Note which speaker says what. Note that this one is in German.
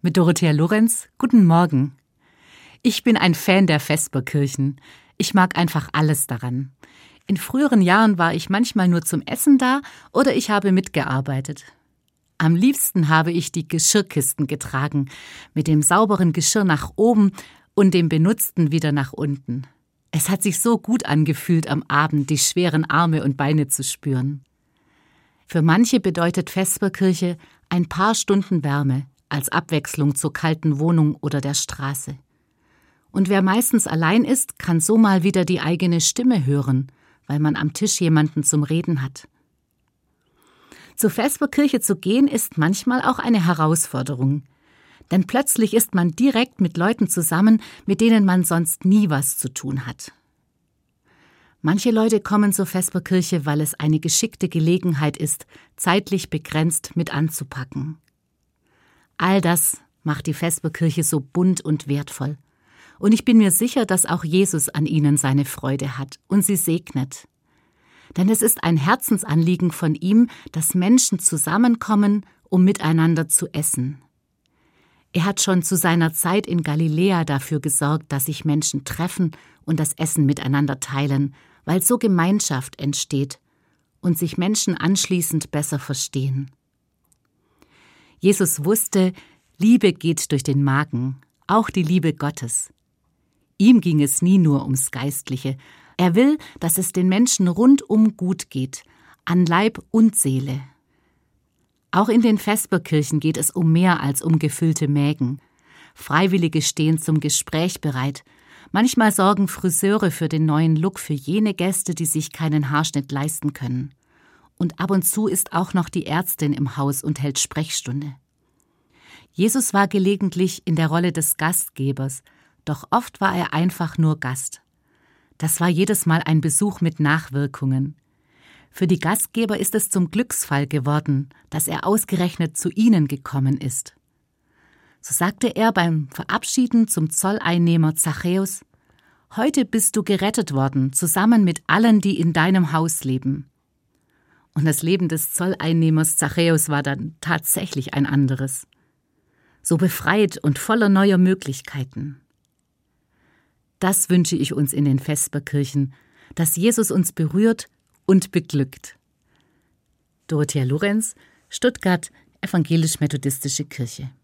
Speaker 1: mit Dorothea Lorenz. Guten Morgen. Ich bin ein Fan der Vesperkirchen. Ich mag einfach alles daran. In früheren Jahren war ich manchmal nur zum Essen da oder ich habe mitgearbeitet. Am liebsten habe ich die Geschirrkisten getragen, mit dem sauberen Geschirr nach oben und dem benutzten wieder nach unten. Es hat sich so gut angefühlt, am Abend die schweren Arme und Beine zu spüren. Für manche bedeutet Vesperkirche ein paar Stunden Wärme als Abwechslung zur kalten Wohnung oder der Straße. Und wer meistens allein ist, kann so mal wieder die eigene Stimme hören, weil man am Tisch jemanden zum Reden hat. Zur Vesperkirche zu gehen, ist manchmal auch eine Herausforderung. Denn plötzlich ist man direkt mit Leuten zusammen, mit denen man sonst nie was zu tun hat. Manche Leute kommen zur Vesperkirche, weil es eine geschickte Gelegenheit ist, zeitlich begrenzt mit anzupacken. All das macht die Vesperkirche so bunt und wertvoll. Und ich bin mir sicher, dass auch Jesus an ihnen seine Freude hat und sie segnet. Denn es ist ein Herzensanliegen von ihm, dass Menschen zusammenkommen, um miteinander zu essen. Er hat schon zu seiner Zeit in Galiläa dafür gesorgt, dass sich Menschen treffen und das Essen miteinander teilen, weil so Gemeinschaft entsteht und sich Menschen anschließend besser verstehen. Jesus wusste, Liebe geht durch den Magen, auch die Liebe Gottes. Ihm ging es nie nur ums Geistliche. Er will, dass es den Menschen rundum gut geht, an Leib und Seele. Auch in den Vesperkirchen geht es um mehr als um gefüllte Mägen. Freiwillige stehen zum Gespräch bereit. Manchmal sorgen Friseure für den neuen Look für jene Gäste, die sich keinen Haarschnitt leisten können. Und ab und zu ist auch noch die Ärztin im Haus und hält Sprechstunde. Jesus war gelegentlich in der Rolle des Gastgebers, doch oft war er einfach nur Gast. Das war jedes Mal ein Besuch mit Nachwirkungen. Für die Gastgeber ist es zum Glücksfall geworden, dass er ausgerechnet zu ihnen gekommen ist. So sagte er beim Verabschieden zum Zolleinnehmer Zachäus: »Heute bist du gerettet worden, zusammen mit allen, die in deinem Haus leben.« Und das Leben des Zolleinnehmers Zachäus war dann tatsächlich ein anderes. So befreit und voller neuer Möglichkeiten. Das wünsche ich uns in den Vesperkirchen, dass Jesus uns berührt und beglückt. Dorothea Lorenz, Stuttgart, Evangelisch-Methodistische Kirche.